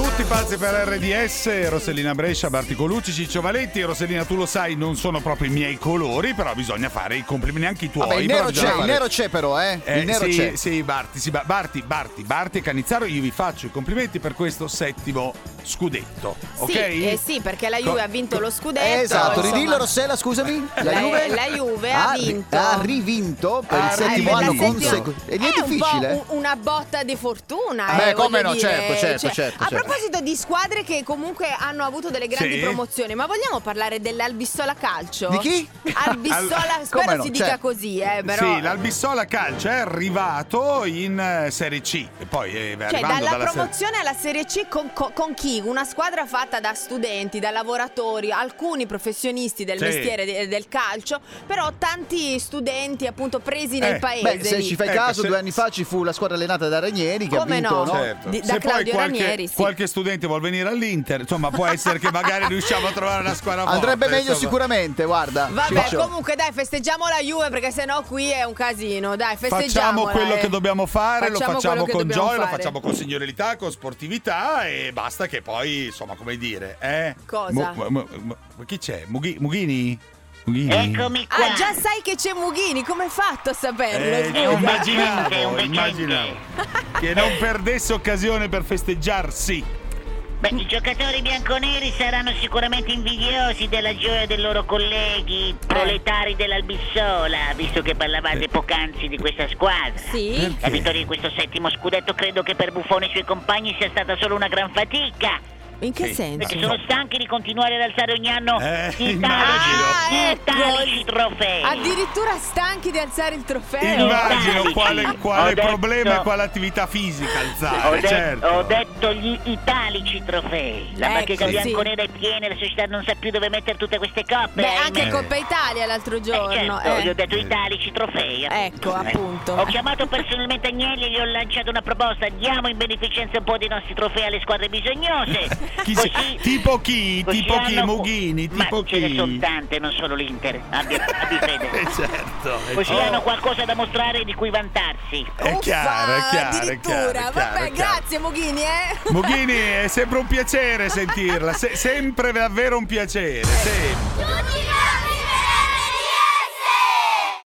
tutti pazzi per RDS, Rossellina Brescia, Barti Colucci, Ciccio Valetti. Rossellina, tu lo sai, non sono proprio i miei colori, però bisogna fare i complimenti neanche i tuoi. Vabbè, il nero c'è però, il nero sì, c'è. Sì, Barti e Canizzaro, io vi faccio i complimenti per questo 7° scudetto, ok? Sì, perché la Juve ha vinto lo scudetto. Esatto, insomma. ridillo Rossella, scusami. La Juve ha vinto. Ha rivinto per il 7° anno consecutivo. Ed è difficile. Un po' una botta di fortuna. Beh, come no, dire. certo. A proposito di squadre che comunque hanno avuto delle grandi promozioni, ma vogliamo parlare dell'Albissola Calcio? Di chi? Albissola, spero si dica così, però. Sì, l'Albissola Calcio è arrivato in Serie C e poi è arrivando dalla promozione alla Serie C con chi? Una squadra fatta da studenti, da lavoratori, alcuni professionisti del mestiere del calcio, però tanti studenti appunto presi nel paese. Beh, se ci fai caso, 2 anni fa ci fu la squadra allenata da Ranieri che come ha vinto, no? Certo. Da se Claudio poi Ranieri, qualche studente vuol venire all'Inter, insomma, può essere che magari riusciamo a trovare una squadra forte. Andrebbe meglio insomma. Sicuramente, guarda. Vabbè, Ciccio. comunque dai, festeggiamo la Juve perché sennò qui è un casino. Dai, festeggiamo. Facciamo quello che dobbiamo fare, lo facciamo con gioia, lo fare. facciamo con signorilità, con sportività e basta che poi, insomma, come dire, Cosa? Chi c'è? Mughini? Eccomi qua. Ah, già sai che c'è Mughini, come hai fatto a saperlo? Immaginavo che non perdesse occasione per festeggiarsi. Beh, i giocatori bianconeri saranno sicuramente invidiosi della gioia dei loro colleghi proletari dell'Albissola, visto che parlavate poc'anzi di questa squadra. Sì. La vittoria di questo 7° scudetto credo che per Buffone e i suoi compagni sia stata solo una gran fatica. In che senso? Perché sono stanchi di continuare ad alzare ogni anno italici trofei. Addirittura stanchi di alzare il trofeo. Immagino quale problema e quale attività fisica alzare. Ho detto gli italici trofei. La bacheca bianconera è piena e la società non sa più dove mettere tutte queste coppe. Beh, anche Coppa Italia l'altro giorno. Io ho detto italici trofei. Ecco, appunto. Ho chiamato personalmente Agnelli e gli ho lanciato una proposta. Diamo in beneficenza un po' dei nostri trofei alle squadre bisognose. Tipo chi? Mughini? Ma Tipo ce ne chi? sono tante, non solo l'Inter. Abbi fede. Certo. Così hanno qualcosa da mostrare di cui vantarsi. È chiaro. Addirittura. Vabbè, grazie Mughini, Mughini, è sempre un piacere sentirla. Sempre davvero un piacere. Sempre.